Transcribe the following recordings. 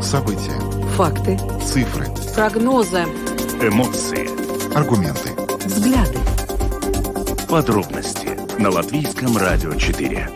События. Факты. Цифры. Прогнозы. Эмоции. Аргументы. Взгляды. Подробности на Латвийском радио 4.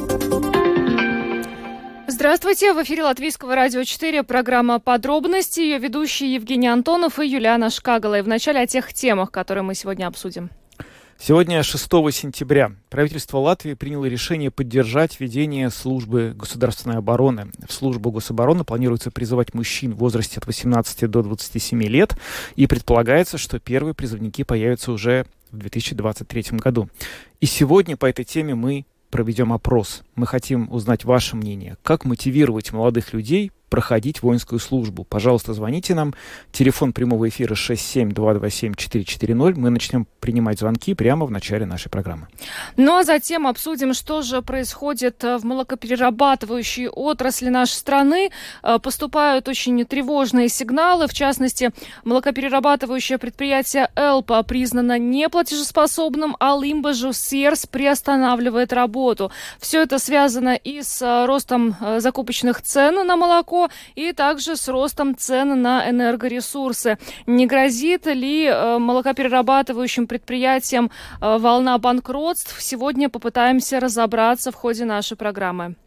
Здравствуйте, в эфире Латвийского радио 4, программа «Подробности», ее ведущие Евгений Антонов и Юлиана Шкагала. И вначале о тех темах, которые мы сегодня обсудим. Сегодня, 6 сентября, правительство Латвии приняло решение поддержать введение службы государственной обороны. В службу гособороны планируется призывать мужчин в возрасте от 18 до 27 лет, и предполагается, что первые призывники появятся уже в 2023 году. И сегодня по этой теме мы проведем опрос. Мы хотим узнать ваше мнение. Как мотивировать молодых людей проходить воинскую службу? Пожалуйста, звоните нам. Телефон прямого эфира 67-227-440. Мы начнем принимать звонки прямо в начале нашей программы. Ну а затем обсудим, что же происходит в молокоперерабатывающей отрасли нашей страны. Поступают очень тревожные сигналы. В частности, молокоперерабатывающее предприятие «Элпа» признано неплатежеспособным, а «Лимбажу Серс» приостанавливает работу. Все это связано и с ростом закупочных цен на молоко, и также с ростом цен на энергоресурсы. Не грозит ли молокоперерабатывающим предприятиям волна банкротств? Сегодня попытаемся разобраться в ходе нашей программы.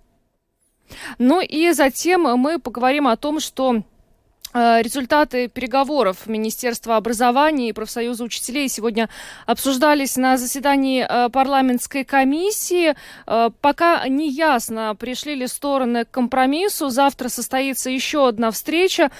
Ну и затем мы поговорим о том, что результаты переговоров Министерства образования и профсоюза учителей сегодня обсуждались на заседании парламентской комиссии. Пока не ясно, пришли ли стороны к компромиссу. Завтра состоится еще одна встреча.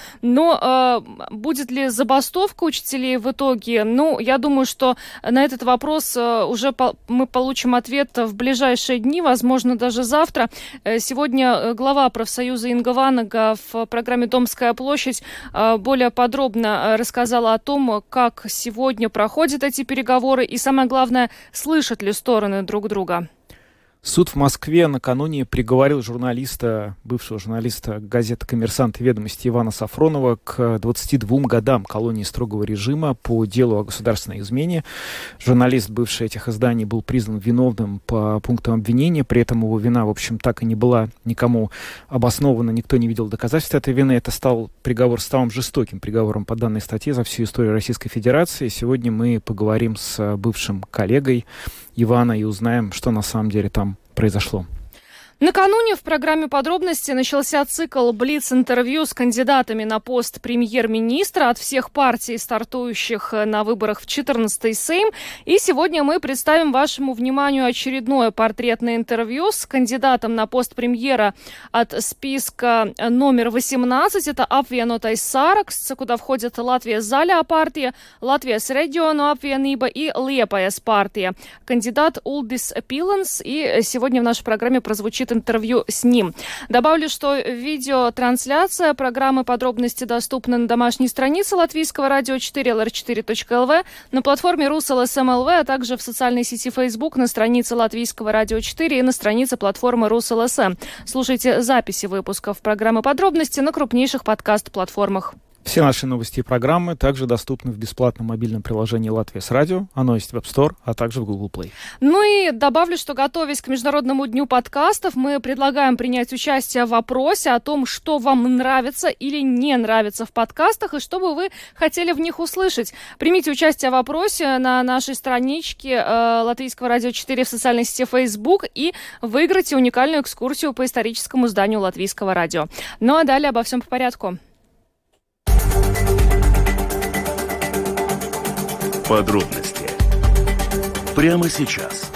Но будет ли забастовка учителей в итоге? Ну, я думаю, что на этот вопрос уже мы получим ответ в ближайшие дни, возможно, даже завтра. Сегодня глава профсоюза Инга Ванага в программе «Домская площадь» более подробно рассказала о том, как сегодня проходят эти переговоры и, самое главное, слышат ли стороны друг друга. Суд в Москве накануне приговорил бывшего журналиста газеты «Коммерсант» и «Ведомости» Ивана Сафронова к 22 годам колонии строгого режима по делу о государственной измене. Журналист, бывший этих изданий, был признан виновным по пунктам обвинения. При этом его вина, в общем, так и не была никому обоснована. Никто не видел доказательств этой вины. Это стал приговор самым жестоким приговором по данной статье за всю историю Российской Федерации. Сегодня мы поговорим с бывшим коллегой Ивана и узнаем, что на самом деле там произошло. Накануне в программе «Подробности» начался цикл блиц-интервью с кандидатами на пост премьер-министра от всех партий, стартующих на выборах в 14-й Сейм. И сегодня мы представим вашему вниманию очередное портретное интервью с кандидатом на пост премьера от списка номер 18. Это Apvienotais Saraksts, куда входят Латвия Zaļā партия, Латвijas Reģionu apvienība и Liepājas партия. Кандидат Улдис Пиланс. И сегодня в нашей программе прозвучит интервью с ним. Добавлю, что видеотрансляция программы «Подробности» доступна на домашней странице Латвийского радио 4 lr4.lv, на платформе RusLSM.lv, а также в социальной сети Facebook, на странице Латвийского радио 4 и на странице платформы RusLSM. Слушайте записи выпусков программы «Подробности» на крупнейших подкаст-платформах. Все наши новости и программы также доступны в бесплатном мобильном приложении «Латвия с радио». Оно есть в App Store, а также в Google Play. Ну и добавлю, что, готовясь к Международному дню подкастов, мы предлагаем принять участие в опросе о том, что вам нравится или не нравится в подкастах, и что бы вы хотели в них услышать. Примите участие в опросе на нашей страничке Латвийского радио 4 в социальной сети Facebook и выиграйте уникальную экскурсию по историческому зданию Латвийского радио. Ну а далее обо всем по порядку. Подробности прямо сейчас.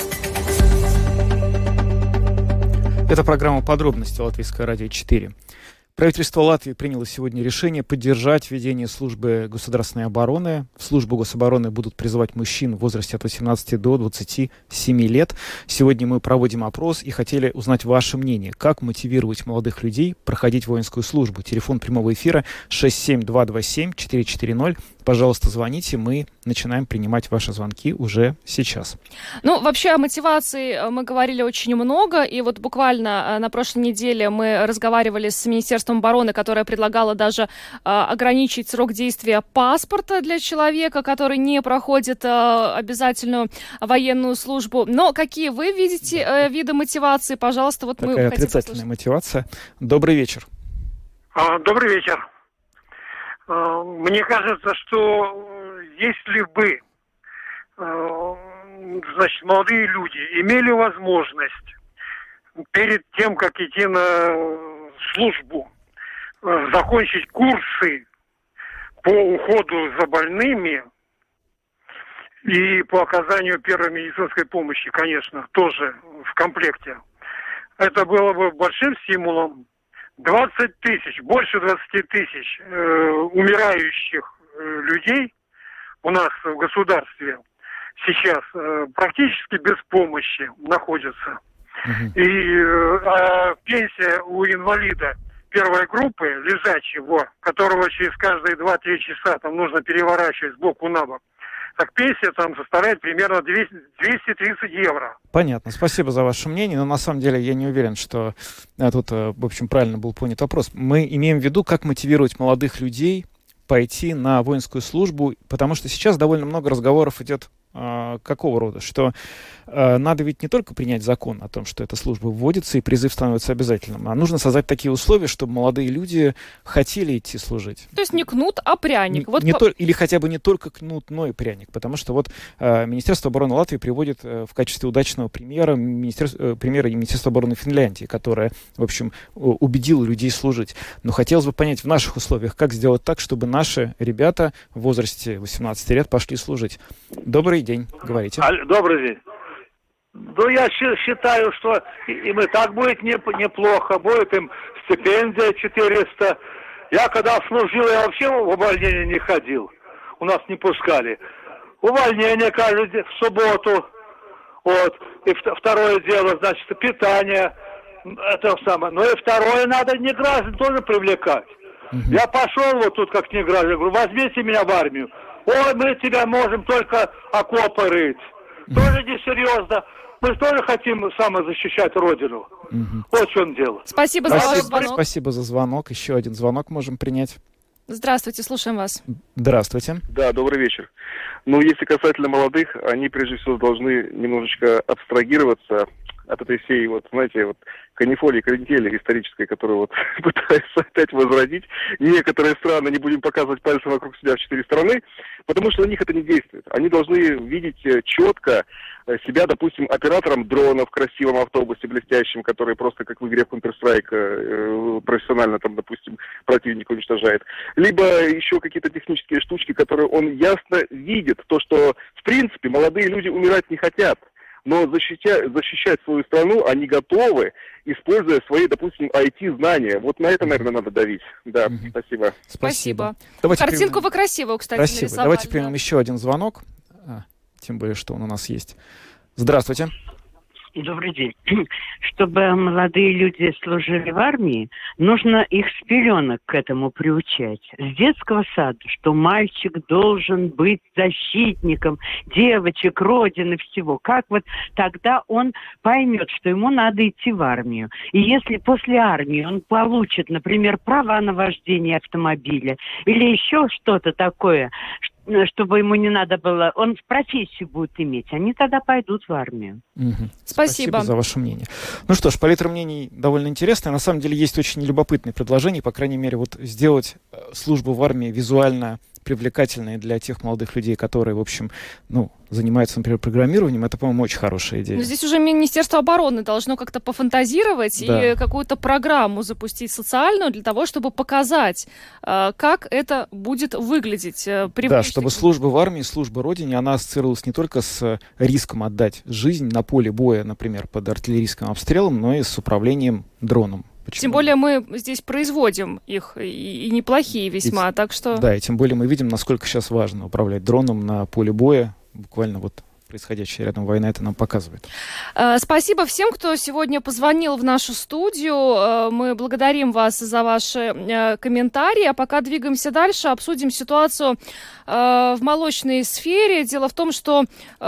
Это программа «Подробности» Латвийское радио 4. Правительство Латвии приняло сегодня решение поддержать введение службы государственной обороны. В службу гособороны будут призывать мужчин в возрасте от 18 до 27 лет. Сегодня мы проводим опрос и хотели узнать ваше мнение. Как мотивировать молодых людей проходить воинскую службу? Телефон прямого эфира 67-227-440. Пожалуйста, звоните, мы начинаем принимать ваши звонки уже сейчас. Ну, вообще о мотивации мы говорили очень много, и вот буквально на прошлой неделе мы разговаривали с Министерством обороны, которое предлагало даже ограничить срок действия паспорта для человека, который не проходит обязательную военную службу. Но какие вы видите виды мотивации? Пожалуйста, вот такая мы хотим отрицательная мотивация. Добрый вечер. Добрый вечер. Мне кажется, что если бы, значит, молодые люди имели возможность перед тем, как идти на службу, закончить курсы по уходу за больными и по оказанию первой медицинской помощи, конечно, тоже в комплекте, это было бы большим стимулом. 20 тысяч, больше 20 тысяч умирающих людей у нас в государстве сейчас практически без помощи находятся. И пенсия у инвалида первой группы, лежачего, которого через каждые 2-3 часа там нужно переворачивать сбоку на бок, так пенсия там составляет примерно 230 евро. Понятно. Спасибо за ваше мнение, но на самом деле я не уверен, что тут, в общем, правильно был понят вопрос. Мы имеем в виду, как мотивировать молодых людей пойти на воинскую службу, потому что сейчас довольно много разговоров идет какого рода, что надо ведь не только принять закон о том, что эта служба вводится и призыв становится обязательным, а нужно создать такие условия, чтобы молодые люди хотели идти служить. То есть не кнут, а пряник. Или хотя бы не только кнут, но и пряник. Потому что вот Министерство обороны Латвии приводит в качестве удачного примера Министерство обороны Финляндии, которое, в общем, убедило людей служить. Но хотелось бы понять в наших условиях, как сделать так, чтобы наши ребята в возрасте 18 лет пошли служить. Добрый день, говорите. Добрый день. Ну, я считаю, что им и так будет неплохо, будет им стипендия 400. Я когда служил, я вообще в увольнение не ходил. У нас не пускали. Увольнение каждый день, в субботу. Вот. И второе дело, значит, питание. Это самое. Но и второе, надо не граждан тоже привлекать. Я пошел вот тут как не граждан, говорю, возьмите меня в армию. Ой, мы тебя можем только окопы рыть. Тоже несерьезно. Мы тоже хотим самозащищать Родину. Вот в чем дело. Спасибо за ваш звонок. Спасибо за звонок. Еще один звонок можем принять. Здравствуйте, слушаем вас. Здравствуйте. Да, добрый вечер. Ну, если касательно молодых, они прежде всего должны немножечко абстрагироваться от этой всей, вот, знаете, вот, канифолии, канители исторической, которую вот пытаются опять возродить. Некоторые страны, не будем показывать пальцем вокруг себя в 4 страны, потому что на них это не действует. Они должны видеть четко себя, допустим, оператором дрона в красивом автобусе блестящем, который просто, как в игре Counter-Strike, профессионально там, допустим, противника уничтожает. Либо еще какие-то технические штучки, которые он ясно видит. То, что, в принципе, молодые люди умирать не хотят. Но защищать свою страну они готовы, используя свои, допустим, IT-знания. Вот на это, наверное, надо давить. Да, спасибо. Спасибо. Картинку вы красивую, кстати, нарисовали. Давайте примем да. еще один звонок. Тем более, что он у нас есть. Здравствуйте. Добрый день. Чтобы молодые люди служили в армии, нужно их с пеленок к этому приучать. С детского сада, что мальчик должен быть защитником девочек, родины, всего. Как вот тогда он поймет, что ему надо идти в армию. И если после армии он получит, например, права на вождение автомобиля или еще что-то такое, чтобы ему не надо было, он в профессию будет иметь, они тогда пойдут в армию. Спасибо за ваше мнение. Ну что ж, палитра мнений довольно интересная. На самом деле есть очень любопытные предложения, по крайней мере, вот сделать службу в армии визуально привлекательной для тех молодых людей, которые, в общем, занимаются, например, программированием, это, по-моему, очень хорошая идея. Но здесь уже Министерство обороны должно как-то пофантазировать и какую-то программу запустить социальную для того, чтобы показать, как это будет выглядеть. Да, чтобы служба в армии, служба Родине, она ассоциировалась не только с риском отдать жизнь на поле боя, например, под артиллерийским обстрелом, но и с управлением дроном. Почему? Тем более мы здесь производим их, и неплохие весьма, так что... Да, и тем более мы видим, насколько сейчас важно управлять дроном на поле боя. Буквально вот происходящая рядом война это нам показывает. Спасибо всем, кто сегодня позвонил в нашу студию. Мы благодарим вас за ваши комментарии. А пока двигаемся дальше, обсудим ситуацию в молочной сфере. Дело в том, что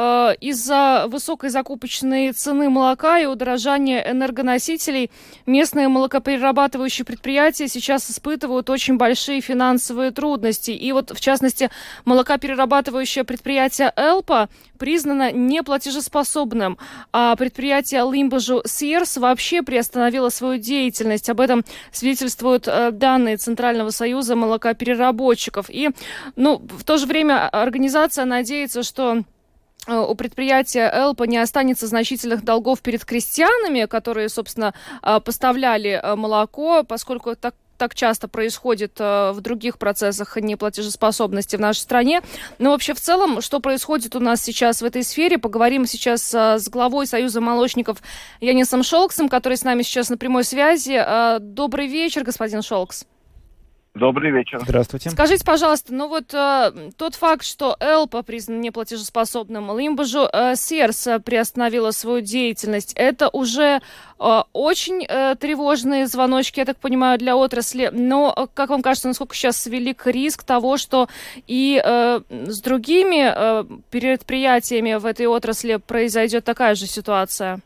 из-за высокой закупочной цены молока и удорожания энергоносителей местные молокоперерабатывающие предприятия сейчас испытывают очень большие финансовые трудности. И вот, в частности, молокоперерабатывающее предприятие «Элпа» признано неплатежеспособным, а предприятие Limbažu Siers вообще приостановило свою деятельность. Об этом свидетельствуют данные Центрального союза молокопереработчиков. И, в то же время организация надеется, что у предприятия Элпа не останется значительных долгов перед крестьянами, которые, собственно, поставляли молоко, поскольку так часто происходит в других процессах неплатежеспособности в нашей стране. Но вообще в целом, что происходит у нас сейчас в этой сфере, поговорим сейчас с главой Союза молочников Янисом Šolksом, который с нами сейчас на прямой связи. Добрый вечер, господин Šolks. Добрый вечер. Здравствуйте. Скажите, пожалуйста, тот факт, что Элпа признан неплатежеспособным, Limbažu Siers приостановила свою деятельность, это уже очень тревожные звоночки, я так понимаю, для отрасли. Но, как вам кажется, насколько сейчас велик риск того, что и с другими предприятиями в этой отрасли произойдет такая же ситуация?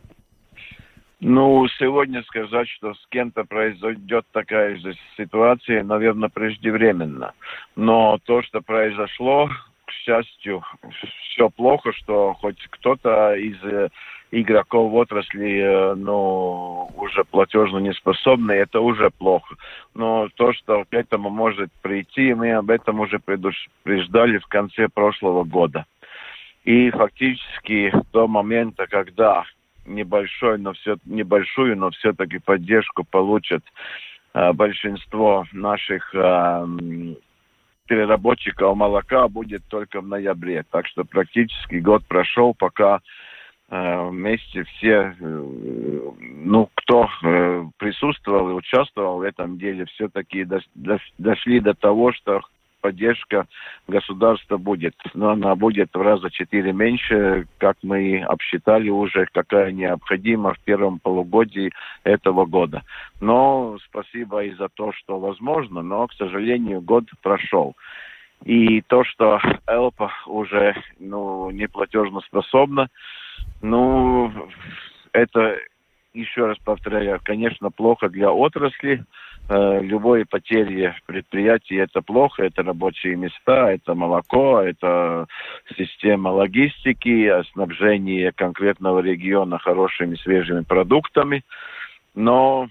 Сегодня сказать, что с кем-то произойдет такая же ситуация, наверное, преждевременно. Но то, что произошло, к счастью, все плохо, что хоть кто-то из игроков в отрасли, уже платежно неспособный, это уже плохо. Но то, что к этому может прийти, мы об этом уже предупреждали в конце прошлого года. И фактически до момента, когда небольшую, но все-таки поддержку получат большинство наших переработчиков молока, будет только в ноябре. Так что практически год прошел, пока вместе все, кто присутствовал и участвовал в этом деле, все-таки дошли до того, что поддержка государства будет. Но она будет в раза 4 меньше, как мы обсчитали уже, какая необходима в первом полугодии этого года. Но спасибо и за то, что возможно, но, к сожалению, год прошел. И то, что Элпа уже не платежноспособна, это, еще раз повторяю, конечно, плохо для отрасли. Любое потеря предприятия – это плохо, это рабочие места, это молоко, это система логистики, снабжение конкретного региона хорошими свежими продуктами. Но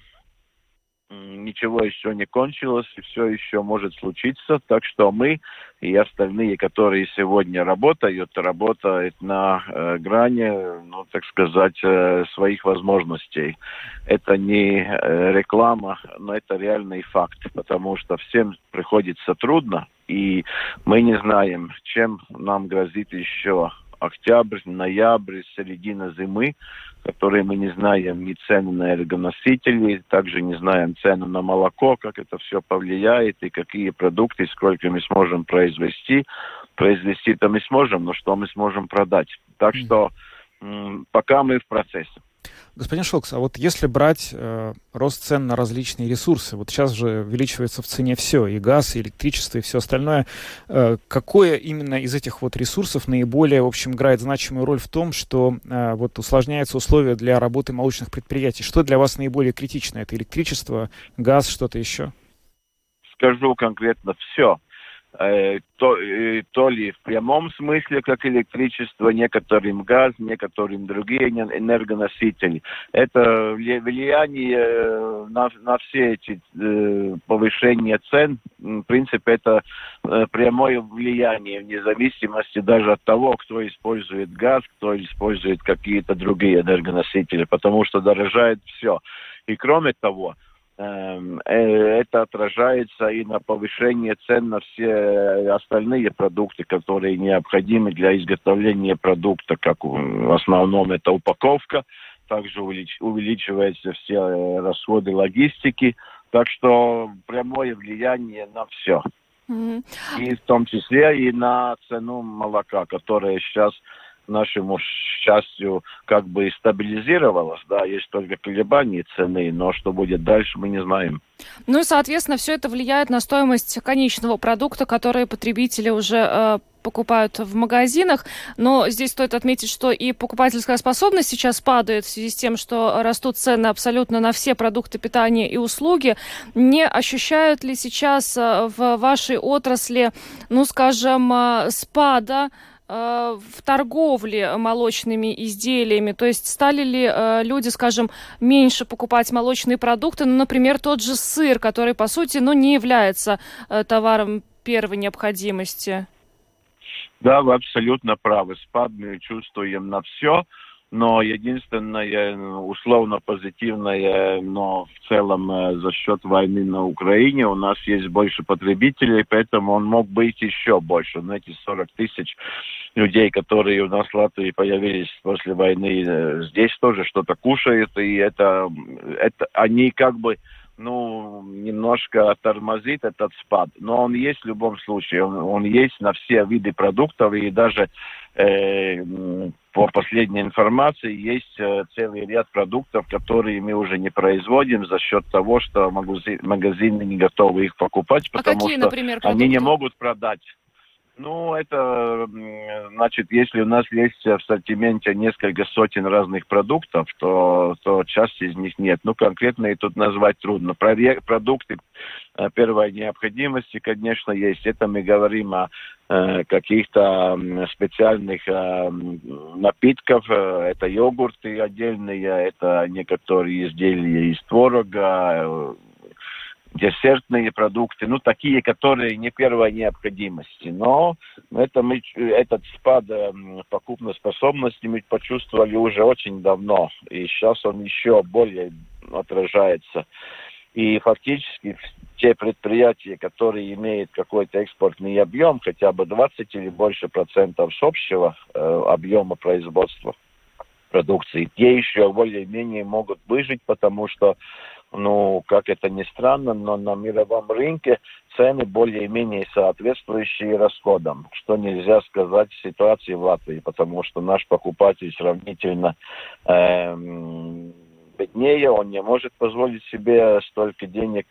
ничего еще не кончилось, и все еще может случиться. Так что мы и остальные, которые сегодня работают на грани, так сказать, своих возможностей. Это не реклама, но это реальный факт, потому что всем приходится трудно, и мы не знаем, чем нам грозит еще октябрь, ноябрь, середина зимы, которые мы не знаем ни цены на энергоносители, также не знаем цену на молоко, как это все повлияет, и какие продукты, сколько мы сможем произвести. Произвести-то мы сможем, но что мы сможем продать. Так что пока мы в процессе. Господин Šolks, а вот если брать рост цен на различные ресурсы, вот сейчас же увеличивается в цене все, и газ, и электричество, и все остальное, какое именно из этих вот ресурсов наиболее, в общем, играет значимую роль в том, что вот усложняются условия для работы молочных предприятий? Что для вас наиболее критично? Это электричество, газ, что-то еще? Скажу конкретно все. То ли в прямом смысле, как электричество, некоторым газ, некоторым другие энергоносители. Это влияние на все эти повышения цен. В принципе, это прямое влияние, вне зависимости даже от того, кто использует газ, кто использует какие-то другие энергоносители, потому что дорожает все. И кроме того, это отражается и на повышение цен на все остальные продукты, которые необходимы для изготовления продукта, как в основном это упаковка, также увеличиваются все расходы логистики, так что прямое влияние на все. И в том числе и на цену молока, которая сейчас, к нашему счастью, как бы стабилизировалась. Да, есть только колебания цены, но что будет дальше, мы не знаем. Ну и, соответственно, все это влияет на стоимость конечного продукта, который потребители уже покупают в магазинах. Но здесь стоит отметить, что и покупательская способность сейчас падает в связи с тем, что растут цены абсолютно на все продукты питания и услуги. Не ощущают ли сейчас в вашей отрасли, скажем, спада в торговле молочными изделиями? То есть стали ли люди, скажем, меньше покупать молочные продукты? Ну, например, тот же сыр, который, по сути, не является товаром первой необходимости. Да, вы абсолютно правы. Спад мы чувствуем на все. Но единственное, условно позитивное, но в целом за счет войны на Украине у нас есть больше потребителей, поэтому он мог быть еще больше. Но эти 40 тысяч людей, которые у нас в Латвии появились после войны, здесь тоже что-то кушают, и это они как бы немножко тормозит этот спад. Но он есть в любом случае. Он есть на все виды продуктов, и даже по последней информации есть целый ряд продуктов, которые мы уже не производим за счет того, что магазины не готовы их покупать, потому какие, что например, продукты? Они не могут продать. Это, значит, если у нас есть в ассортименте несколько сотен разных продуктов, то часть из них нет. Конкретно и тут назвать трудно. Продукты первой необходимости, конечно, есть. Это мы говорим о каких-то специальных напитков. Это йогурты отдельные, это некоторые изделия из творога, десертные продукты, такие, которые не первой необходимости. Но этот спад покупной способности мы почувствовали уже очень давно, и сейчас он еще более отражается. И фактически те предприятия, которые имеют какой-то экспортный объем, хотя бы 20 или больше процентов с общего объема производства продукции, те еще более-менее могут выжить, потому что как это ни странно, но на мировом рынке цены более-менее соответствующие расходам, что нельзя сказать в ситуации в Латвии, потому что наш покупатель сравнительно беднее, он не может позволить себе столько денег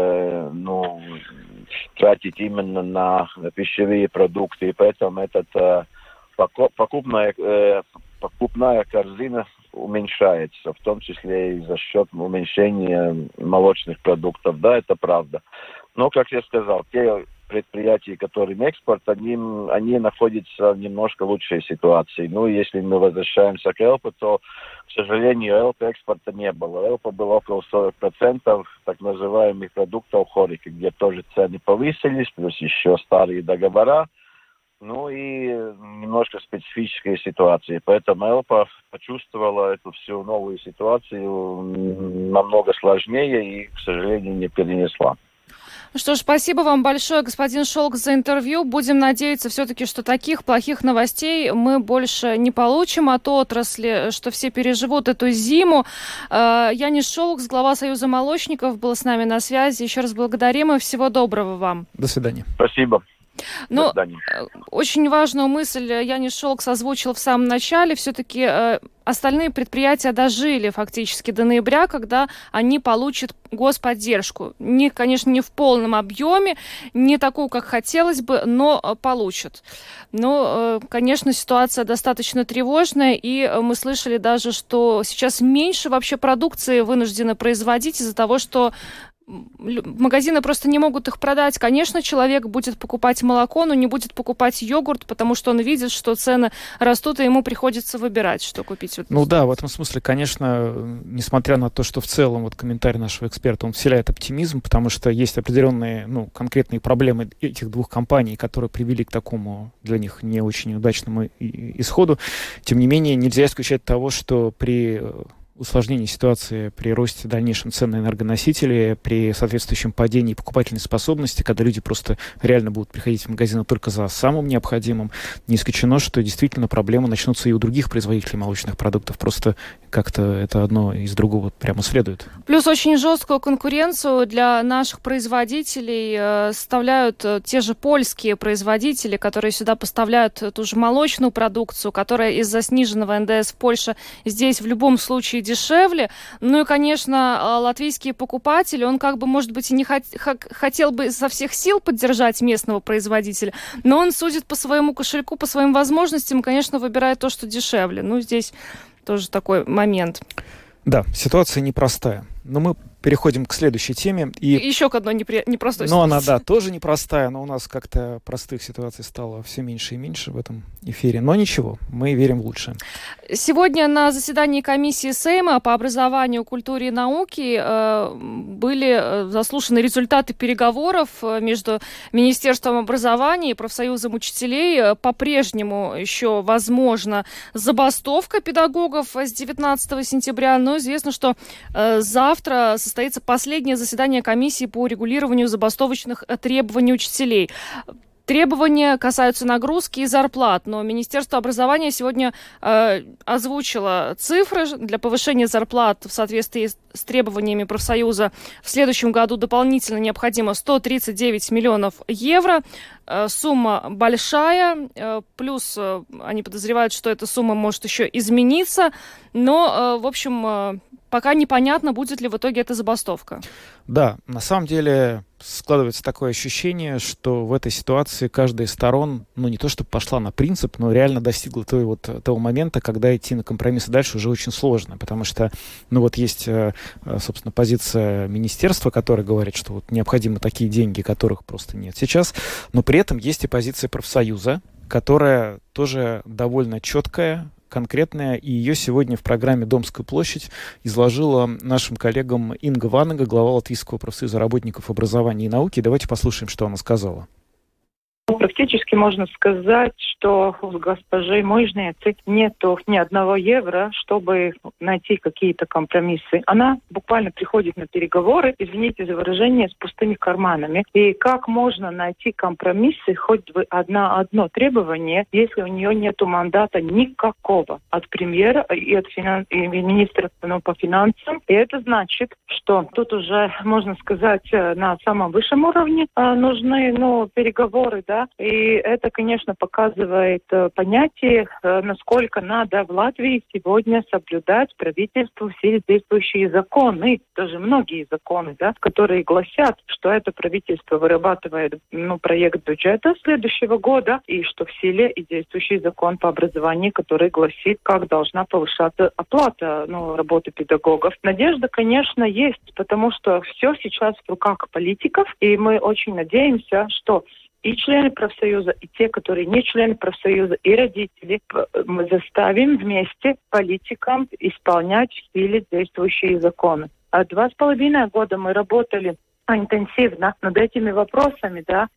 тратить именно на пищевые продукты, и поэтому этот покупная корзина уменьшается, в том числе и за счет уменьшения молочных продуктов. Да, это правда. Но, как я сказал, те предприятия, которым экспорт, они находятся в немножко лучшей ситуации. Если мы возвращаемся к ЭЛП, то, к сожалению, ЭЛП экспорта не было. ЭЛП было около 40% так называемых продуктов хорики, где тоже цены повысились, плюс еще старые договора. И немножко специфическая ситуация. Поэтому ЭЛПА почувствовала эту всю новую ситуацию намного сложнее и, к сожалению, не перенесла. Что ж, спасибо вам большое, господин Шолк, за интервью. Будем надеяться все-таки, что таких плохих новостей мы больше не получим от отрасли, что все переживут эту зиму. Янис Шолкс, глава Союза молочников, был с нами на связи. Еще раз благодарим и всего доброго вам. До свидания. Спасибо. Очень важную мысль Янис Шолкс озвучил в самом начале. Все-таки остальные предприятия дожили фактически до ноября, когда они получат господдержку. Конечно, не в полном объеме, не такую, как хотелось бы, но получат. Конечно, ситуация достаточно тревожная, и мы слышали даже, что сейчас меньше вообще продукции вынуждены производить из-за того, что магазины просто не могут их продать. Конечно, человек будет покупать молоко, но не будет покупать йогурт, потому что он видит, что цены растут, и ему приходится выбирать, что купить. В этом смысле, конечно, несмотря на то, что в целом комментарий нашего эксперта, он вселяет оптимизм, потому что есть определенные, конкретные проблемы этих двух компаний, которые привели к такому для них не очень удачному исходу. Тем не менее, нельзя исключать того, что при усложнении ситуации, при росте дальнейшем цен на энергоносители, при соответствующем падении покупательной способности, когда люди просто реально будут приходить в магазины только за самым необходимым, не исключено, что действительно проблемы начнутся и у других производителей молочных продуктов. Просто как-то это одно из другого прямо следует. Плюс очень жесткую конкуренцию для наших производителей составляют те же польские производители, которые сюда поставляют ту же молочную продукцию, которая из-за сниженного НДС в Польше здесь в любом случае дешевле. И, конечно, латвийский покупатель, он может быть и не хотел бы со всех сил поддержать местного производителя, но он судит по своему кошельку, по своим возможностям, и, конечно, выбирает то, что дешевле. Здесь тоже такой момент. Да, ситуация непростая. Но мы переходим к следующей теме. И еще к одной непростой ситуации. Она, да, тоже непростая, но у нас как-то простых ситуаций стало все меньше и меньше в этом эфире. Но ничего, мы верим в лучшее. Сегодня на заседании комиссии Сейма по образованию, культуре и науке были заслушаны результаты переговоров между Министерством образования и профсоюзом учителей. По-прежнему еще возможна забастовка педагогов с 19 сентября, но известно, что завтра состоится последнее заседание комиссии по регулированию забастовочных требований учителей. Требования касаются нагрузки и зарплат, но Министерство образования сегодня озвучило цифры для повышения зарплат в соответствии с требованиями профсоюза. В следующем году дополнительно необходимо 139 миллионов евро. Сумма большая, плюс они подозревают, что эта сумма может еще измениться, но, в общем, пока непонятно, будет ли в итоге эта забастовка. Да, на самом деле складывается такое ощущение, что в этой ситуации каждая из сторон, не то чтобы пошла на принцип, но реально достигла того момента, когда идти на компромиссы дальше уже очень сложно, потому что, есть, собственно, позиция министерства, которая говорит, что необходимы такие деньги, которых просто нет сейчас, но при этом есть и позиция профсоюза, которая тоже довольно четкая, конкретная, и ее сегодня в программе «Домская площадь» изложила нашим коллегам Инга Ванага, глава Латвийского профсоюза работников образования и науки. Давайте послушаем, что она сказала. Практически можно сказать, что у госпожи Мойжницы нету ни одного евро, чтобы найти какие-то компромиссы. Она буквально приходит на переговоры, извините за выражение, с пустыми карманами. И как можно найти компромиссы, хоть бы одно требование, если у нее нету мандата никакого от премьера и от министра по финансам. И это значит, что тут уже, можно сказать, на самом высшем уровне нужны переговоры, да. И это, конечно, показывает понятие, насколько надо в Латвии сегодня соблюдать правительству все действующие законы, даже многие законы, да, которые гласят, что это правительство вырабатывает проект бюджета следующего года, и что в силе и действующий закон по образованию, который гласит, как должна повышаться оплата работы педагогов. Надежда, конечно, есть, потому что все сейчас в руках политиков, и мы очень надеемся, что и члены профсоюза, и те, которые не члены профсоюза, и родители, мы заставим вместе политикам исполнять в силе действующие законы. 2,5 года мы работали интенсивно над этими вопросами, да,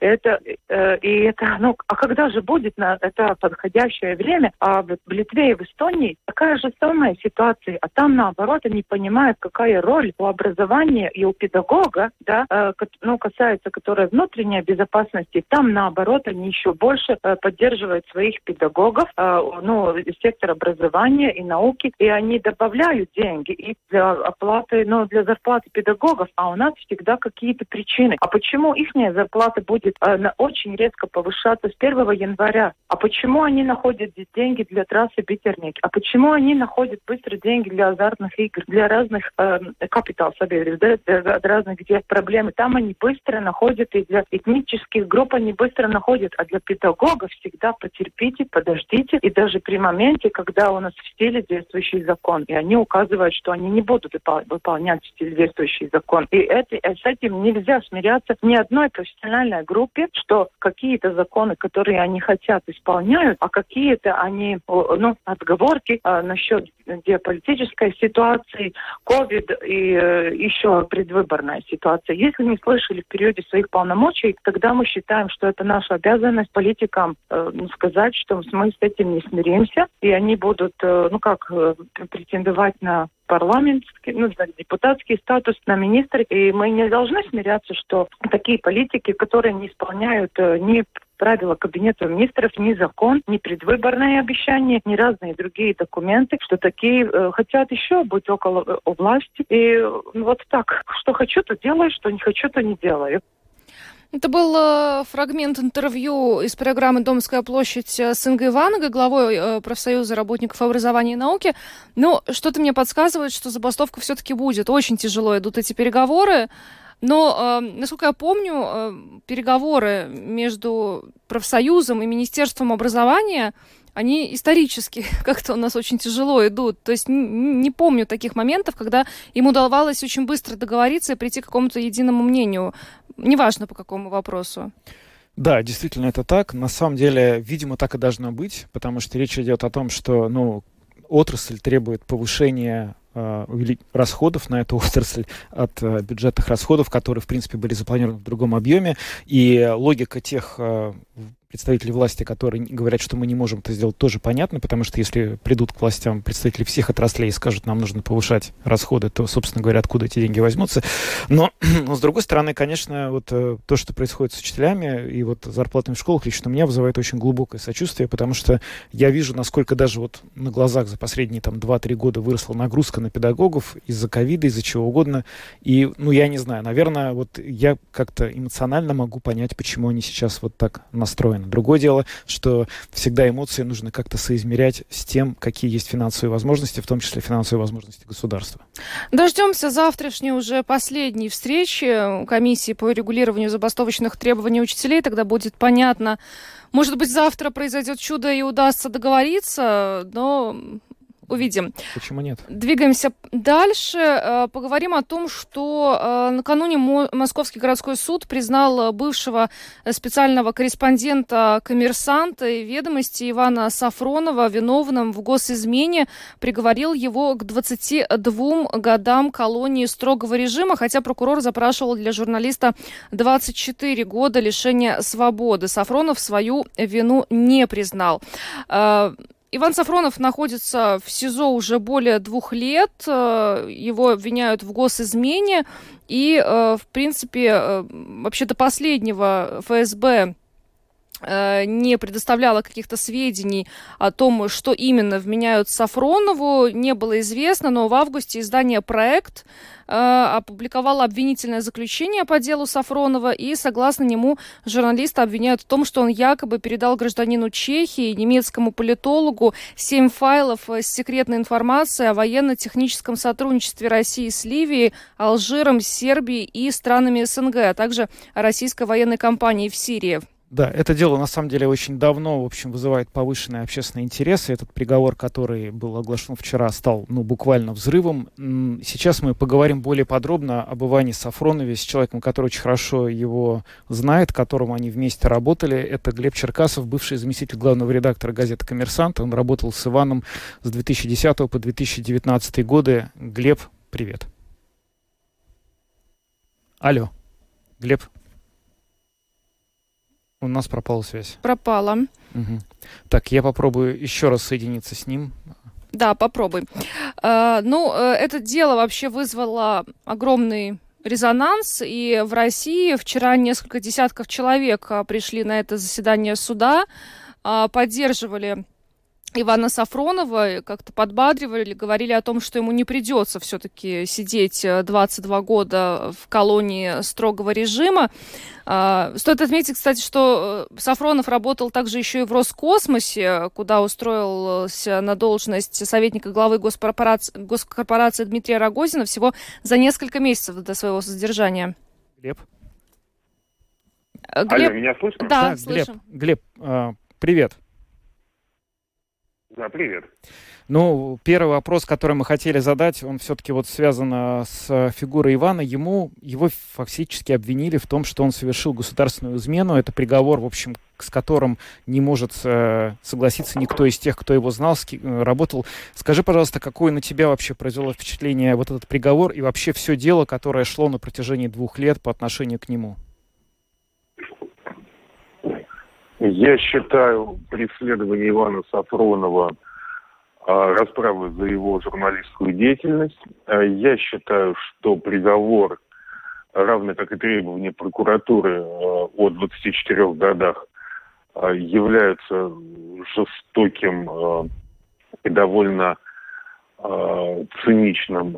а когда же будет это подходящее время? А в Литве и в Эстонии такая же самая ситуация, а там наоборот они понимают, какая роль у образования и у педагога, да, касается, которая внутренней безопасности, там наоборот они еще больше поддерживают своих педагогов, сектор образования и науки, и они добавляют деньги и для оплаты, для зарплаты педагогов, а у нас всегда какие-то причины. А почему их зарплата будет очень резко повышаться с 1 января? А почему они находят деньги для трассы Битерник? А почему они находят быстро деньги для азартных игр, для разных капитал соберов, для разных, где проблемы? Там они быстро находят, и для этнических групп они быстро находят, а для педагогов всегда потерпите, подождите, и даже при моменте, когда у нас в силе действующий закон, и они указывают, что они не будут выполнять в силе действующий закон. И с этим нельзя смиряться ни одной профессиональной группе, что какие-то законы, которые они хотят, исполняют, а какие-то они, отговорки насчет геополитической ситуации, ковид и еще предвыборная ситуация. Если не слышали в периоде своих полномочий, тогда мы считаем, что это наша обязанность политикам сказать, что мы с этим не смиримся, и они будут, претендовать на парламентский, депутатский статус, на министра. И мы не должны смиряться, что такие политики, которые не исполняют ни правила Кабинета министров, ни закон, ни предвыборные обещания, ни разные другие документы, что такие хотят еще быть около власти. И вот так, что хочу, то делаю, что не хочу, то не делаю. Это был фрагмент интервью из программы «Домская площадь» с Ингой Ванагой, главой профсоюза работников образования и науки. Что-то мне подсказывает, что забастовка все-таки будет. Очень тяжело идут эти переговоры. Но, насколько я помню, переговоры между профсоюзом и Министерством образования, они исторически как-то у нас очень тяжело идут. То есть не помню таких моментов, когда им удавалось очень быстро договориться и прийти к какому-то единому мнению, неважно по какому вопросу. Да, действительно, это так. На самом деле, видимо, так и должно быть, потому что речь идет о том, что, отрасль требует повышения расходов на эту отрасль от бюджетных расходов, которые, в принципе, были запланированы в другом объеме. И логика тех представителей власти, которые говорят, что мы не можем это сделать, тоже понятно, потому что если придут к властям представители всех отраслей и скажут, нам нужно повышать расходы, то, собственно говоря, откуда эти деньги возьмутся. Но с другой стороны, конечно, вот то, что происходит с учителями и вот зарплатами в школах, лично меня вызывает очень глубокое сочувствие, потому что я вижу, насколько даже вот на глазах за последние 2-3 года выросла нагрузка на педагогов из-за ковида, из-за чего угодно. И, я не знаю, наверное, вот я как-то эмоционально могу понять, почему они сейчас вот так настроены. Другое дело, что всегда эмоции нужно как-то соизмерять с тем, какие есть финансовые возможности, в том числе финансовые возможности государства. Дождемся завтрашней уже последней встречи комиссии по регулированию забастовочных требований учителей. Тогда будет понятно, может быть, завтра произойдет чудо и удастся договориться, но увидим. Почему нет? Двигаемся дальше. Поговорим о том, что накануне Московский городской суд признал бывшего специального корреспондента «Коммерсанта» и «Ведомости» Ивана Сафронова виновным в госизмене, приговорил его к 22 годам колонии строгого режима, хотя прокурор запрашивал для журналиста 24 года лишения свободы. Сафронов свою вину не признал. Иван Сафронов находится в СИЗО уже более 2 лет. Его обвиняют в госизмене. И, в принципе, вообще до последнего ФСБ не предоставляла каких-то сведений о том, что именно вменяют Сафронову, не было известно, но в августе издание «Проект» опубликовало обвинительное заключение по делу Сафронова, и, согласно нему, журналиста обвиняют в том, что он якобы передал гражданину Чехии, немецкому политологу, 7 файлов с секретной информацией о военно-техническом сотрудничестве России с Ливией, Алжиром, Сербией и странами СНГ, а также о российской военной кампании в Сирии. Да, это дело, на самом деле, очень давно, в общем, вызывает повышенный общественный интерес. И этот приговор, который был оглашен вчера, стал, буквально взрывом. Сейчас мы поговорим более подробно об Иване Сафронове с человеком, который очень хорошо его знает, которому они вместе работали. Это Глеб Черкасов, бывший заместитель главного редактора газеты «Коммерсант». Он работал с Иваном с 2010 по 2019 годы. Глеб, привет. Алло, Глеб. У нас пропала связь. Пропала. Угу. Так, я попробую еще раз соединиться с ним. Да, попробуй. Это дело вообще вызвало огромный резонанс, и в России вчера несколько десятков человек пришли на это заседание суда, поддерживали Ивана Сафронова, как-то подбадривали, говорили о том, что ему не придется все-таки сидеть 22 года в колонии строгого режима. Стоит отметить, кстати, что Сафронов работал также еще и в Роскосмосе, куда устроился на должность советника главы госкорпорации Дмитрия Рогозина всего за несколько месяцев до своего задержания. Глеб? Алло, меня слышно? Да, слышим. Глеб, привет. Да, привет. Первый вопрос, который мы хотели задать, он все-таки связан с фигурой Ивана. Его фактически обвинили в том, что он совершил государственную измену. Это приговор, в общем, с которым не может согласиться никто из тех, кто его знал, работал. Скажи, пожалуйста, какое на тебя вообще произвело впечатление вот этот приговор и вообще все дело, которое шло на протяжении 2 лет по отношению к нему? Я считаю преследование Ивана Сафронова расправой за его журналистскую деятельность. Я считаю, что приговор, равно как и требования прокуратуры о 24 годах, являются жестоким и довольно циничным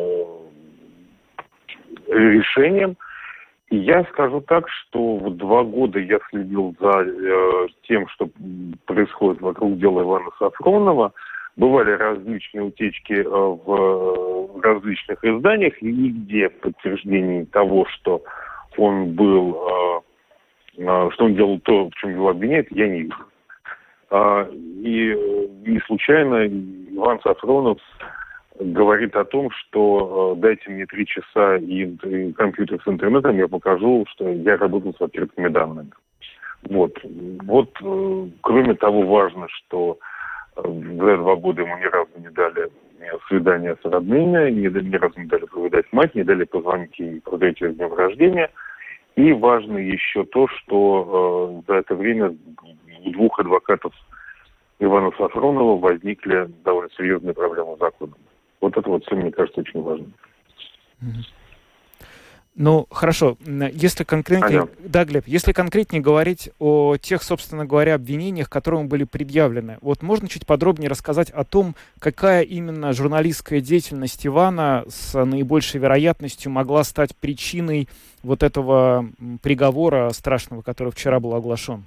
решением. И я скажу так, что в 2 года я следил за тем, что происходит вокруг дела Ивана Сафронова. Бывали различные утечки в различных изданиях, и нигде подтверждений того, что он делал то, в чем его обвиняют, я не вижу. И не случайно Иван Сафронов говорит о том, что дайте мне 3 часа и компьютер с интернетом, я покажу, что я работаю с открытыми данными. Вот. Кроме того, важно, что за 2 года ему ни разу не дали свидания с родными, ни разу не дали повидать мать, не дали позвонить и поздравить ее с днем рождения. И важно еще то, что за это время у 2 адвокатов Ивана Сафронова возникли довольно серьезные проблемы с законом. Вот это вот все, мне кажется, очень важно. Ну, хорошо. Если конкретнее, да, Глеб, если конкретнее говорить о тех, собственно говоря, обвинениях, которые были предъявлены, вот можно чуть подробнее рассказать о том, какая именно журналистская деятельность Ивана с наибольшей вероятностью могла стать причиной вот этого приговора страшного, который вчера был оглашен?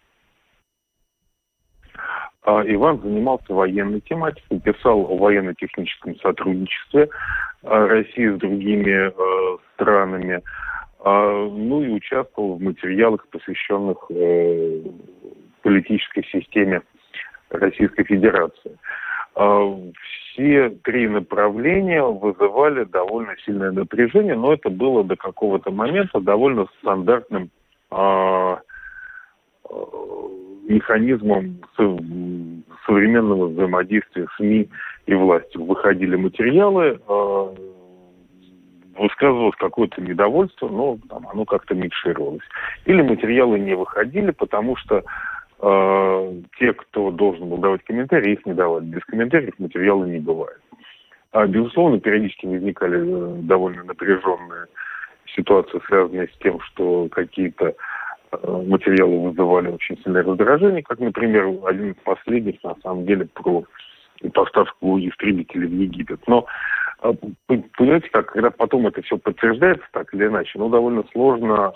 Иван занимался военной тематикой, писал о военно-техническом сотрудничестве России с другими странами, ну и участвовал в материалах, посвященных политической системе Российской Федерации. Все 3 направления вызывали довольно сильное напряжение, но это было до какого-то момента довольно стандартным механизмом современного взаимодействия СМИ и властью. Выходили материалы, высказывалось какое-то недовольство, но там, оно как-то микшировалось. Или материалы не выходили, потому что те, кто должен был давать комментарии, их не давали. Без комментариев материала не бывает. Безусловно, периодически возникали довольно напряженные ситуации, связанные с тем, что какие-то материалы вызывали очень сильное раздражение, как, например, один из последних, на самом деле, про поставку истребителей в Египет. Но, понимаете, как, когда потом это все подтверждается, так или иначе, ну, довольно сложно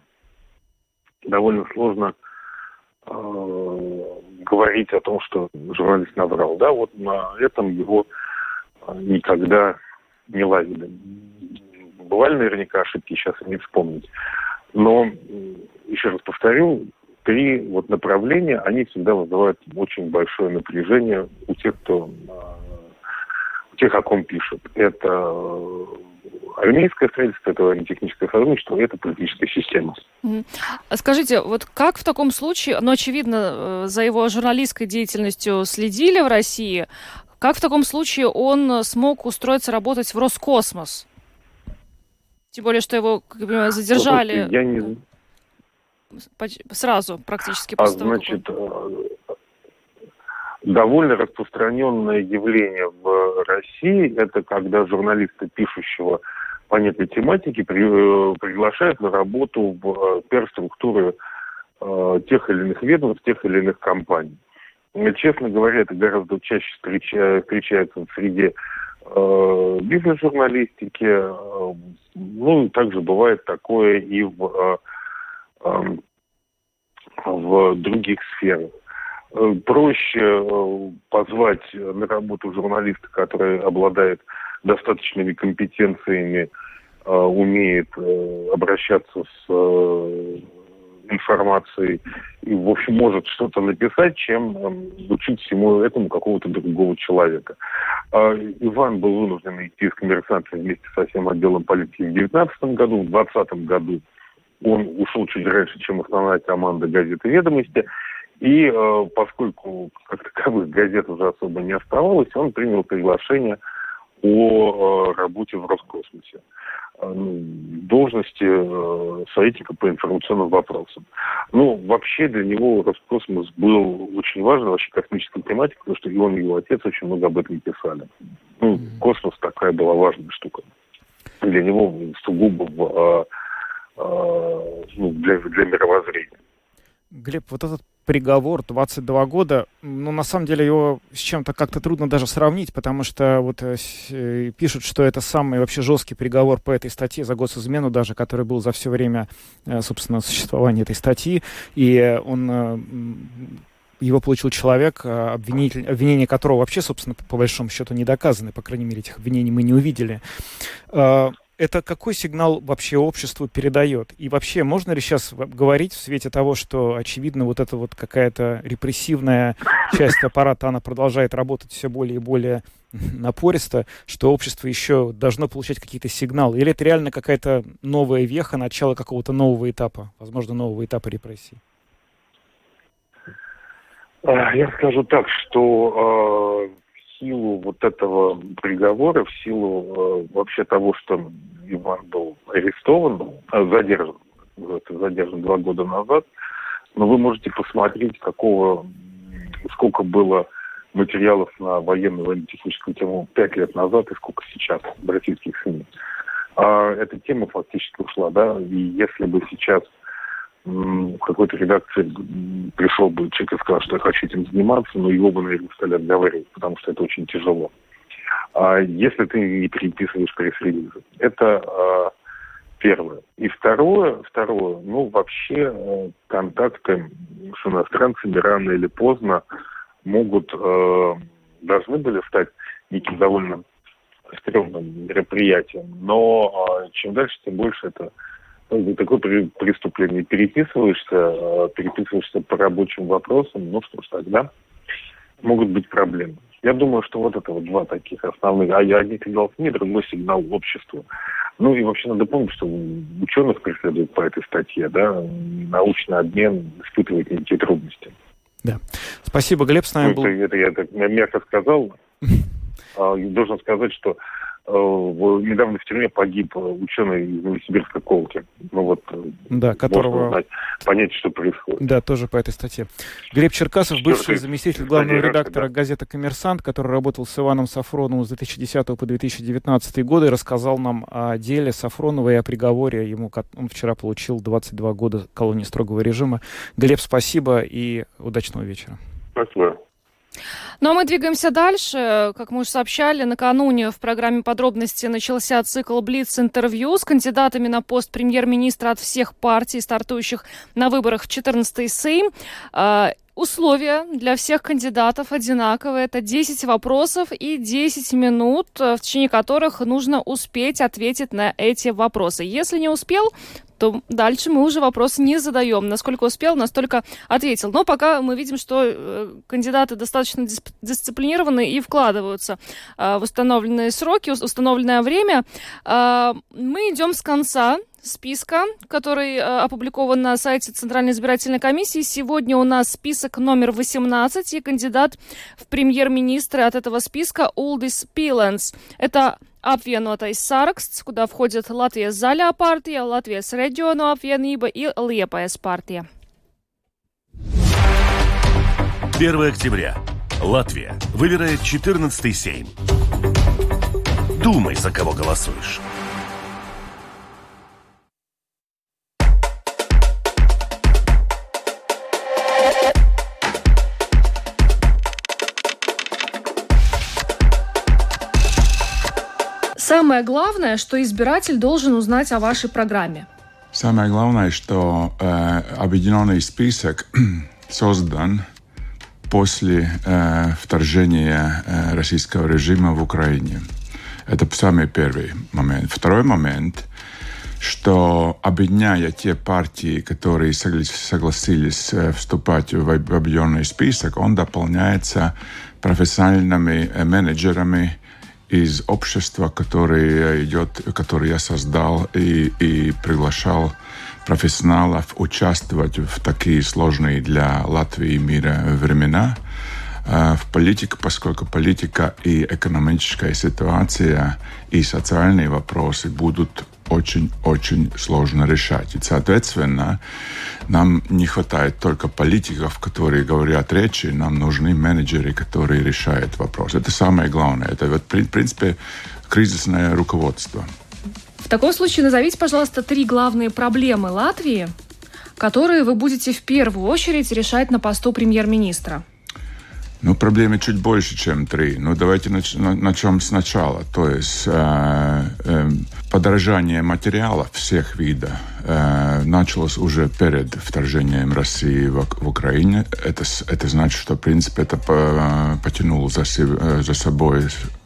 говорить о том, что журналист наврал. Да, вот на этом его никогда не ловили. Бывали наверняка ошибки, сейчас и не вспомнить. Но, еще раз повторю, 3 вот направления, они всегда вызывают очень большое напряжение у тех, о ком пишут. Это армейское строительство, это военно-техническое сотрудничество, это политическая система. Скажите, вот как в таком случае, ну, очевидно, за его журналистской деятельностью следили в России, как в таком случае он смог устроиться работать в Роскосмос? Тем более, что его, как я понимаю, задержали сразу, практически после того, значит, довольно распространенное явление в России, это когда журналиста, пишущего по некой тематике, приглашают на работу в пиар-структуры тех или иных ведомств, тех или иных компаний. Честно говоря, это гораздо чаще встречается в среде бизнес-журналистики. Ну, также бывает такое и в других сферах. Проще позвать на работу журналиста, который обладает достаточными компетенциями, умеет обращаться с информацией и, в общем, может что-то написать, чем учить всему этому какого-то другого человека. Иван был вынужден идти из «Коммерсанта» вместе со всем отделом политики в 2019 году. В 2020 году он ушел чуть раньше, чем основная команда газеты «Ведомости». И поскольку, как таковых, газет уже особо не оставалось, он принял приглашение о работе в Роскосмосе. Должности советника по информационным вопросам. Ну, вообще для него Роскосмос был очень важен, вообще космическая тематика, потому что и он, и его отец очень много об этом писали. Ну, космос такая была важная штука. Для него сугубо для мировоззрения. Глеб, вот этот приговор 22 года, ну, на самом деле его с чем-то как-то трудно даже сравнить, потому что вот пишут, что это самый вообще жесткий приговор по этой статье за госизмену даже, который был за все время, собственно, существования этой статьи, и он... Его получил человек, обвинения которого вообще, собственно, по большому счету не доказаны, по крайней мере, этих обвинений мы не увидели. это какой сигнал вообще обществу передает? И вообще, можно ли сейчас говорить в свете того, что, очевидно, вот эта вот какая-то репрессивная часть аппарата, она продолжает работать все более и более напористо, что общество еще должно получать какие-то сигналы? Или это реально какая-то новая веха, начало какого-то нового этапа, возможно, нового этапа репрессий? Я скажу так, что в силу вот этого приговора, в силу вообще того, что Иван был арестован, задержан 2 года назад, но вы можете посмотреть, сколько было материалов на военно-техническую тему 5 лет назад и сколько сейчас в российских СМИ. Эта тема фактически ушла, да, и если бы сейчас в какой-то редакции пришел бы человек и сказал, что я хочу этим заниматься, но его бы, наверное, стали отговаривать, потому что это очень тяжело. А если ты не переписываешь пресс-релизы, это первое. И второе, вообще контакты с иностранцами рано или поздно должны были стать неким довольно стрёмным мероприятием, но чем дальше, тем больше это такое преступление. Переписываешься по рабочим вопросам, что ж, тогда могут быть проблемы. Я думаю, что вот это вот 2 таких основных. Один сигнал СМИ, другой сигнал обществу. И вообще надо помнить, что ученых преследуют по этой статье, да, научный обмен испытывает некие трудности. Да. Спасибо, Глеб, с нами был. Это я так мягко сказал. Должен сказать, что недавно в тюрьме погиб ученый из Новосибирска Колки. Которого понять, что происходит. Да, тоже по этой статье. Глеб Черкасов, бывший заместитель главного редактора газеты «Коммерсант», который работал с Иваном Сафроновым с 2010 по 2019 годы, рассказал нам о деле Сафронова и о приговоре. Он вчера получил 22 года колонии строгого режима. Глеб, спасибо и удачного вечера. Спасибо. Ну а мы двигаемся дальше. Как мы уже сообщали, накануне в программе «Подробности» начался цикл Блиц-интервью с кандидатами на пост премьер-министра от всех партий, стартующих на выборах в 14-й Сейм. Условия для всех кандидатов одинаковые. Это 10 вопросов и 10 минут, в течение которых нужно успеть ответить на эти вопросы. Если не успел, то дальше мы уже вопрос не задаем. Насколько успел, настолько ответил. Но пока мы видим, что кандидаты достаточно дисциплинированы и вкладываются в установленные сроки, установленное время. Мы идем с конца списка, который опубликован на сайте Центральной избирательной комиссии. Сегодня у нас список номер 18, и кандидат в премьер-министры от этого списка Улдис Пиленс. Это Apvienotais saraksts, куда входят Латвия Zaļā партия, Латвijas Reģionu apvienība и Liepājas партия. 1 октября. Латвия выбирает 14-й Сейм. Думай, за кого голосуешь. Самое главное, что избиратель должен узнать о вашей программе. Самое главное, что объединенный список создан после вторжения российского режима в Украине. Это самый первый момент. Второй момент, что объединяя те партии, которые согласились вступать в объединенный список, он дополняется профессиональными менеджерами из общества, который я создал и приглашал профессионалов участвовать в такие сложные для Латвии и мира времена в политике, поскольку политика и экономическая ситуация и социальные вопросы будут очень-очень сложно решать. И, соответственно, нам не хватает только политиков, которые говорят речи, нам нужны менеджеры, которые решают вопрос. Это самое главное. Это, в принципе, кризисное руководство. В таком случае назовите, пожалуйста, 3 главные проблемы Латвии, которые вы будете в первую очередь решать на посту премьер-министра. Проблемы чуть больше, чем 3. Давайте начнем сначала. То есть подорожание материалов всех видов началось уже перед вторжением России в Украине. Это значит, что, в принципе, это потянуло за собой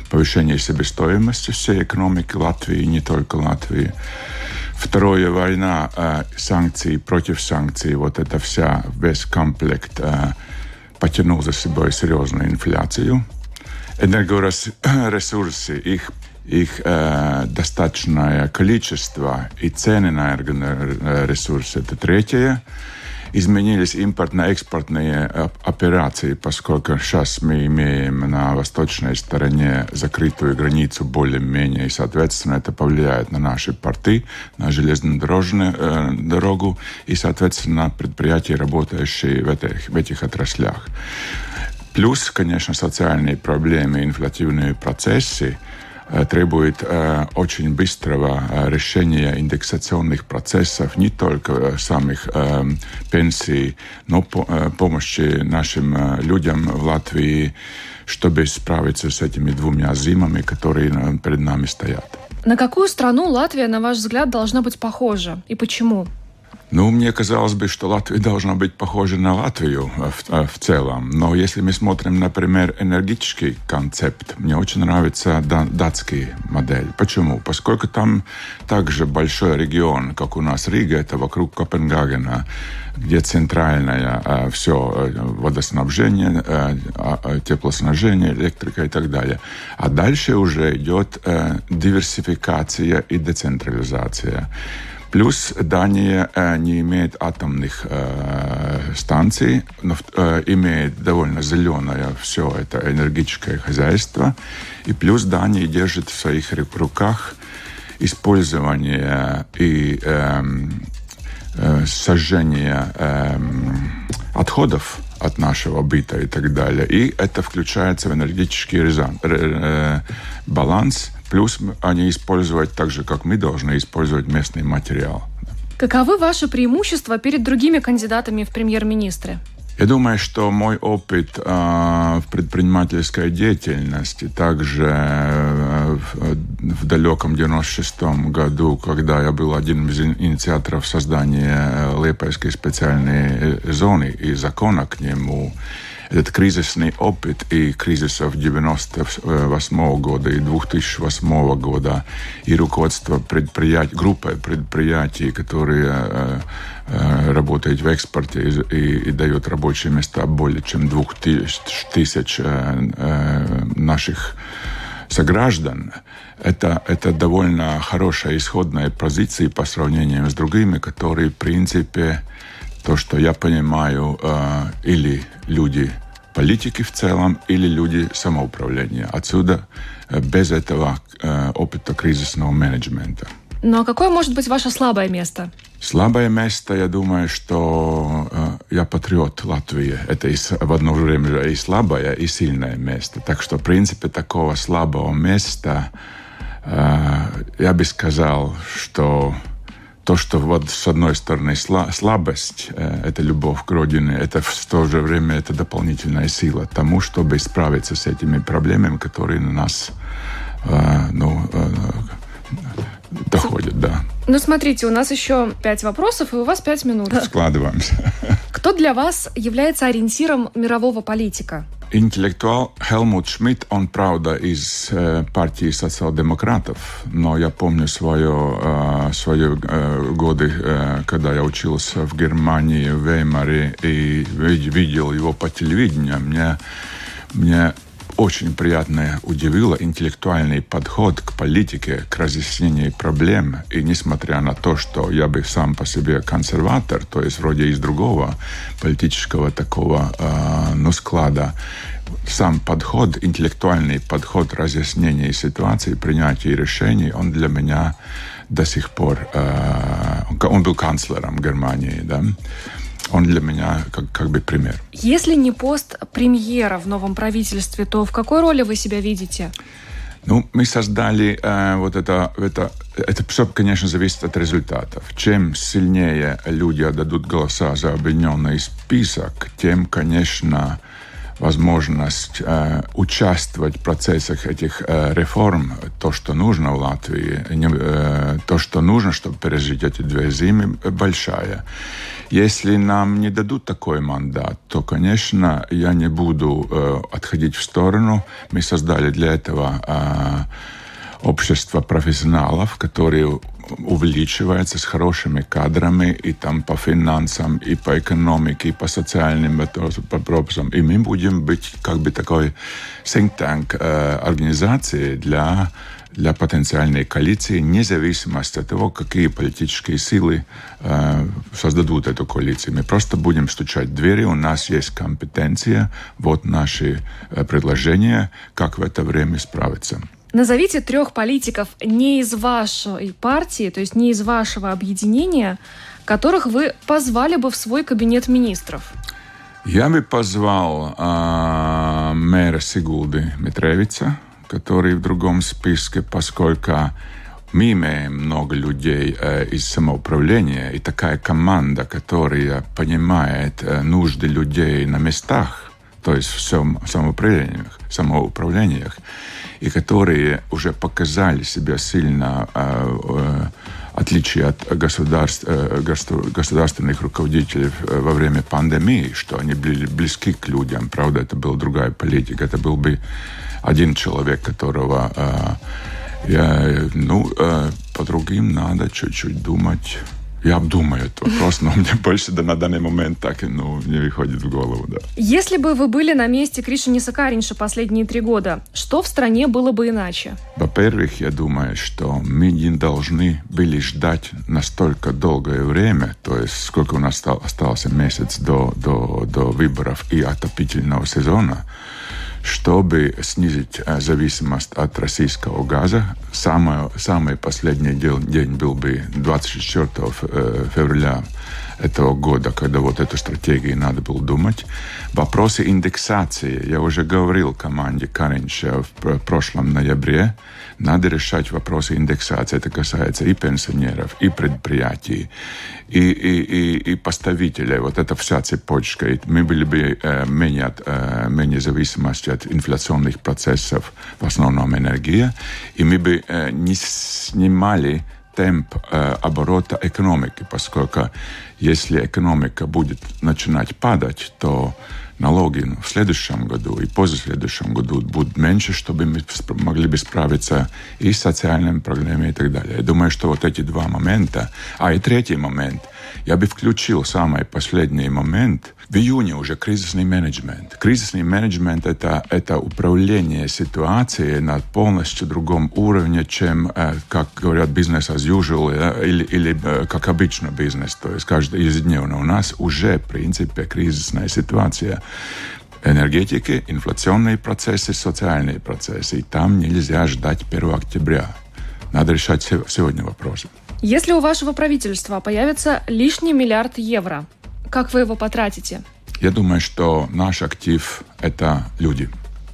повышение себестоимости всей экономики Латвии, не только Латвии. Второе, война, санкции против санкций, вот это весь комплект потянул за собой серьезную инфляцию. Энергоресурсы, их достаточное количество и цены на энергоресурсы. Это третье. Изменились импортно-экспортные операции, поскольку сейчас мы имеем на восточной стороне закрытую границу более-менее, и, соответственно, это повлияет на наши порты, на железнодорожную дорогу и, соответственно, на предприятия, работающие в этих отраслях. Плюс, конечно, социальные проблемы, инфляционные процессы требует очень быстрого решения индексационных процессов, не только самих пенсий, но помощи нашим людям в Латвии, чтобы справиться с этими двумя зимами, которые перед нами стоят. На какую страну Латвия, на ваш взгляд, должна быть похожа? И почему? Мне казалось бы, что Латвия должна быть похожа на Латвию в целом. Но если мы смотрим, например, энергетический концепт, мне очень нравится датский модель. Почему? Поскольку там также большой регион, как у нас Рига, это вокруг Копенгагена, где центральное все водоснабжение, теплоснабжение, электрика и так далее. А дальше уже идет диверсификация и децентрализация. Плюс Дания не имеет атомных станций, но имеет довольно зеленое все это энергетическое хозяйство. И плюс Дания держит в своих руках использование и сожжение отходов от нашего быта и так далее. И это включается в энергетический баланс. Плюс они используют так же, как мы должны использовать местный материал. Каковы ваши преимущества перед другими кандидатами в премьер-министры? Я думаю, что мой опыт в предпринимательской деятельности, также в далеком 96-м году, когда я был одним из инициаторов создания Лиепайской специальной зоны и закона к нему, этот кризисный опыт и кризисов 98 года и 2008 года и руководство группы предприятий, которые работают в экспорте и дают рабочие места более чем 2000 наших сограждан, это довольно хорошая исходная позиция по сравнению с другими, которые, в принципе, то, что я понимаю, или люди политики в целом, или люди самоуправления. Отсюда без этого опыта кризисного менеджмента. Ну а какое может быть ваше слабое место? Слабое место, я думаю, что я патриот Латвии. Это в одно время и слабое, и сильное место. Так что, в принципе, такого слабого места я бы сказал, что то, что вот с одной стороны слабость, это любовь к родине, это в то же время это дополнительная сила тому, чтобы справиться с этими проблемами, которые на нас доходят, да. Ну, смотрите, у нас еще 5 вопросов, и у вас 5 минут. Складываемся. Кто для вас является ориентиром мирового политика? Интеллектуал Хелмут Шмидт, он, правда, из партии социал-демократов, но я помню свои годы, когда я учился в Германии, в Веймаре, и видел его по телевидению. Мне очень приятно удивило интеллектуальный подход к политике, к разъяснению проблем. И несмотря на то, что я бы сам по себе консерватор, то есть вроде из другого политического такого склада, сам подход, интеллектуальный подход разъяснения ситуации, принятия решений, он для меня до сих пор... Он был канцлером Германии, да? Он для меня как бы пример. Если не пост премьера в новом правительстве, то в какой роли вы себя видите? Мы создали это все, конечно, зависит от результатов. Чем сильнее люди отдадут голоса за объединенный список, тем, конечно, возможность участвовать в процессах этих реформ, то, что нужно в Латвии, то, что нужно, чтобы пережить эти 2 зимы, большая. Если нам не дадут такой мандат, то, конечно, я не буду отходить в сторону. Мы создали для этого общество профессионалов, которые увеличивается с хорошими кадрами и там по финансам, и по экономике, и по социальным вопросам. И мы будем быть как бы такой think tank организацией для потенциальной коалиции, независимо от того, какие политические силы создадут эту коалицию. Мы просто будем стучать в двери, у нас есть компетенция, вот наши предложения, как в это время справиться. Назовите 3 политиков не из вашей партии, то есть не из вашего объединения, которых вы позвали бы в свой кабинет министров. Я бы позвал мэра Сигулды Митревица, который в другом списке, поскольку мы имеем много людей из самоуправления, и такая команда, которая понимает нужды людей на местах, то есть в самоуправлениях, и которые уже показали себя сильно отличие от государственных руководителей во время пандемии, что они были близки к людям. Правда, это была другая политика. Это был бы один человек, которого по другим надо чуть-чуть думать. Я обдумаю этот вопрос, но мне больше на данный момент так не выходит в голову. Да. Если бы вы были на месте Кришиниса Кариньша последние 3 года, что в стране было бы иначе? Во-первых, я думаю, что мы не должны были ждать настолько долгое время, то есть сколько у нас остался месяц до выборов и отопительного сезона, чтобы снизить зависимость от российского газа. Самый последний день был бы 24 февраля этого года, когда вот эту стратегию надо было думать. Вопросы индексации. Я уже говорил команде Кариньша в прошлом ноябре. Надо решать вопросы индексации. Это касается и пенсионеров, и предприятий, и поставителей. Вот эта вся цепочка. И мы были бы менее зависимости от инфляционных процессов, в основном энергия. И мы бы не снимали темп оборота экономики, поскольку если экономика будет начинать падать, то налоги в следующем году и позаследующем году будут меньше, чтобы мы могли бы справиться и с социальными проблемами и так далее. Я думаю, что вот эти 2 момента. И 3 момент. Я бы включил самый последний момент. В июне уже кризисный менеджмент. Кризисный менеджмент – это управление ситуацией на полностью другом уровне, чем, как говорят, business as usual или как обычно бизнес, то есть ежедневно. У нас уже, в принципе, кризисная ситуация. Энергетики, инфляционные процессы, социальные процессы. И там нельзя ждать 1 октября. Надо решать сегодня вопросы. Если у вашего правительства появится лишний 1 миллиард евро, как вы его потратите? Я думаю, что наш актив – это люди.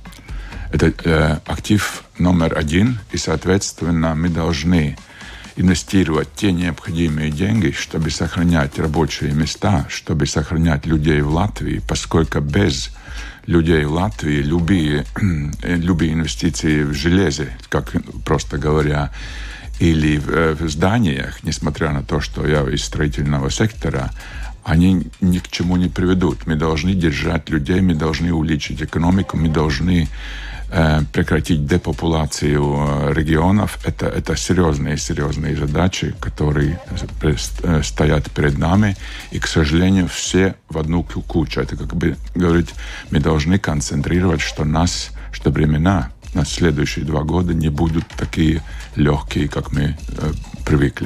Это актив номер 1, и, соответственно, мы должны инвестировать те необходимые деньги, чтобы сохранять рабочие места, чтобы сохранять людей в Латвии, поскольку без людей в Латвии любые инвестиции в железе, как просто говоря, или в зданиях, несмотря на то, что я из строительного сектора, они ни к чему не приведут. Мы должны держать людей, мы должны увеличить экономику, мы должны прекратить депопуляцию регионов. Это серьезные задачи, которые стоят перед нами. И, к сожалению, все в одну кучу. Это как бы говорить, мы должны концентрировать, что времена на следующие 2 года не будут такие легкие, как мы привыкли.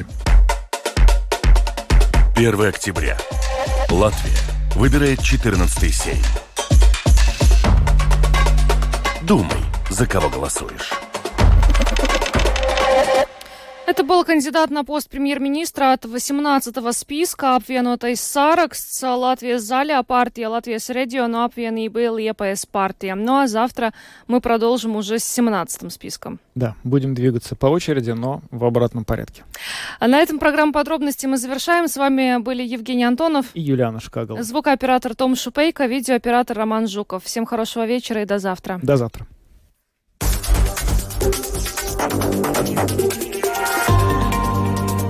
1 октября. Латвия выбирает 14-й сейм. Думай, за кого голосуешь. Это был кандидат на пост премьер-министра от 18-го списка apvienotais saraksts Латвijas Zaļā партия, Латвijas Региону apvienība и Liepājas партия. Ну а завтра мы продолжим уже с 17-м списком. Да, будем двигаться по очереди, но в обратном порядке. А на этом программу «Подробности» мы завершаем. С вами были Евгений Антонов и Юлиана Шкагл. Звукооператор Том Шупейко, видеооператор Роман Жуков. Всем хорошего вечера и до завтра. До завтра.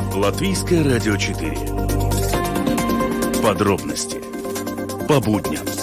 Латвийское радио 4. Подробности по будням.